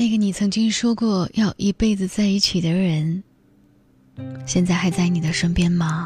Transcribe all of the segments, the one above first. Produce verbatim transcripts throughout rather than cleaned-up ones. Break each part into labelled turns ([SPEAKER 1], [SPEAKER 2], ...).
[SPEAKER 1] 那个你曾经说过要一辈子在一起的人，现在还在你的身边吗？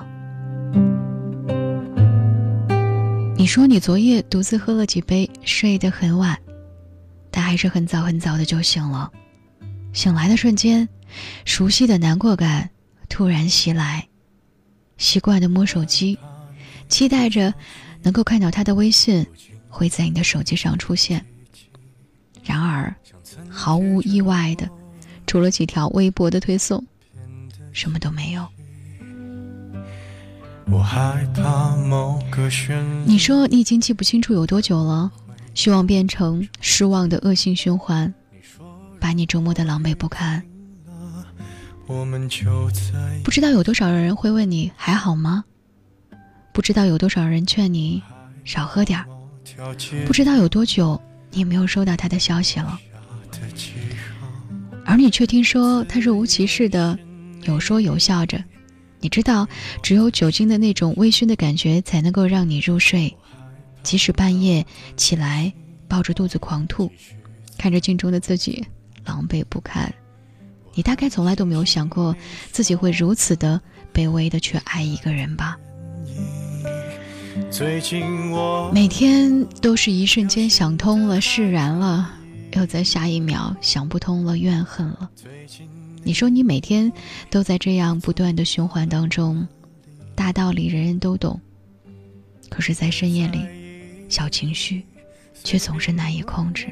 [SPEAKER 1] 你说你昨夜独自喝了几杯，睡得很晚，但还是很早很早的就醒了。醒来的瞬间，熟悉的难过感突然袭来，习惯的摸手机，期待着能够看到他的微信会在你的手机上出现。然而毫无意外的，除了几条微博的推送，什么都没有。
[SPEAKER 2] 我害怕某个旋律。
[SPEAKER 1] 你说你已经记不清楚有多久了，希望变成失望的恶性循环，把你折磨得狼狈不堪。不知道有多少人会问你还好吗？不知道有多少人劝你少喝点儿。不知道有多久你没有收到他的消息了，而你却听说他若无其事的有说有笑着。你知道只有酒精的那种微醺的感觉才能够让你入睡，即使半夜起来抱着肚子狂吐，看着镜中的自己狼狈不堪，你大概从来都没有想过自己会如此的卑微的去爱一个人吧。每天都是一瞬间想通了释然了，又在下一秒想不通了怨恨了。你说你每天都在这样不断的循环当中，大道理人人都懂，可是在深夜里小情绪却总是难以控制。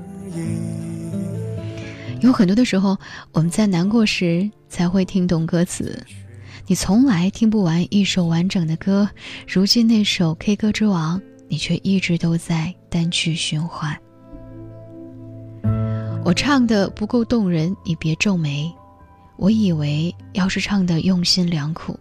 [SPEAKER 1] 有很多的时候我们在难过时才会听懂歌词，你从来听不完一首完整的歌，如今那首 K 歌之王你却一直都在单曲循环。我唱的不够动人，你别皱眉，我以为要是唱的用心良苦。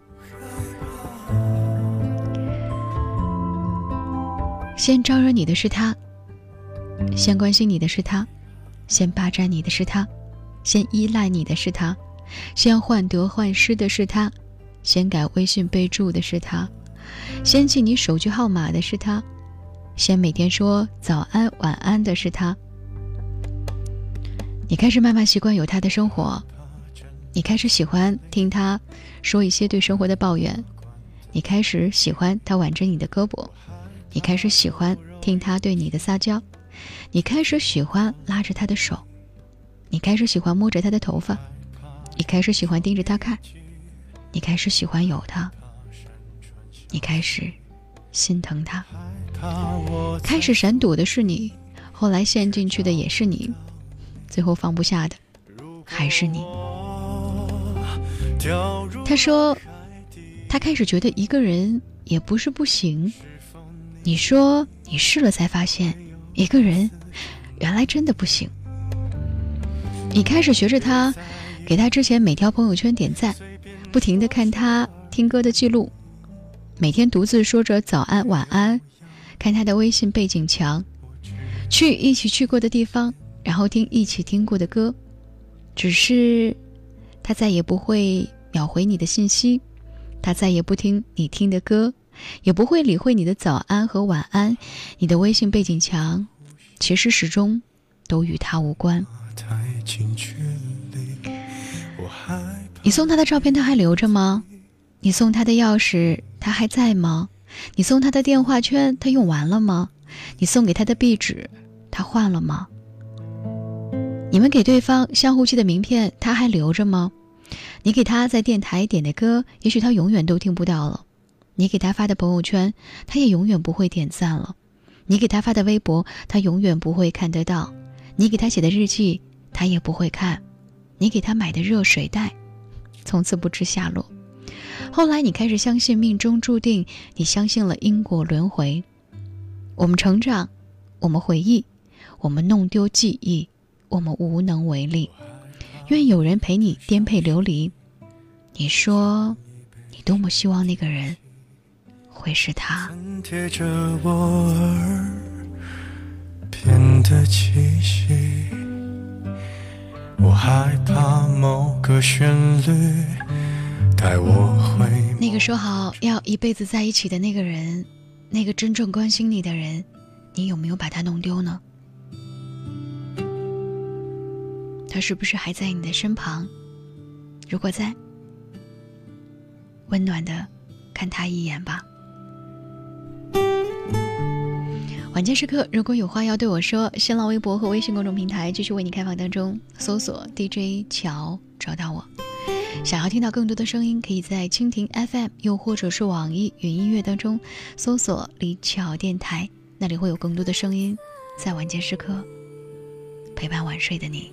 [SPEAKER 1] 先招惹你的是他，先关心你的是他，先霸占你的是他，先依赖你的是他，先患得患失的是他，先改微信备注的是他，先记你手机号码的是他，先每天说早安晚安的是他。你开始慢慢习惯有他的生活，你开始喜欢听他说一些对生活的抱怨，你开始喜欢他挽着你的胳膊，你开始喜欢听他对你的撒娇，你开始喜欢拉着他的手，你开始喜欢摸着他的头发，你开始喜欢盯着他看，你开始喜欢有他，你开始心疼他。开始闪躲的是你，后来陷进去的也是你，最后放不下的还是你。他说他开始觉得一个人也不是不行，你说你试了才发现一个人原来真的不行。你开始学着他，给他之前每条朋友圈点赞，不停地看他听歌的记录，每天独自说着早安晚安，看他的微信背景墙，去一起去过的地方，然后听一起听过的歌。只是他再也不会秒回你的信息，他再也不听你听的歌，也不会理会你的早安和晚安，你的微信背景墙其实始终都与他无关。你送他的照片他还留着吗？你送他的钥匙他还在吗？你送他的电话圈他用完了吗？你送给他的壁纸他换了吗？你们给对方相互寄的名片他还留着吗？你给他在电台点的歌也许他永远都听不到了，你给他发的朋友圈他也永远不会点赞了，你给他发的微博他永远不会看得到，你给他写的日记他也不会看，你给他买的热水袋从此不知下落。后来你开始相信命中注定，你相信了因果轮回。我们成长，我们回忆，我们弄丢记忆，我们无能为力。愿有人陪你颠沛流离。你说你多么希望那个人会是他。
[SPEAKER 2] 贴着我耳边的气息，我害怕某个旋律带我回
[SPEAKER 1] 那个说好要一辈子在一起的那个人，那个真正关心你的人，你有没有把他弄丢呢？ 他是不是还在你的身旁？如果在，温暖的看他一眼吧。晚间时刻，如果有话要对我说，新浪微博和微信公众平台继续为你开放当中，搜索 D J 乔找到我。想要听到更多的声音，可以在蜻蜓 F M 又或者是网易云音乐当中搜索李巧电台，那里会有更多的声音在晚间时刻陪伴晚睡的你。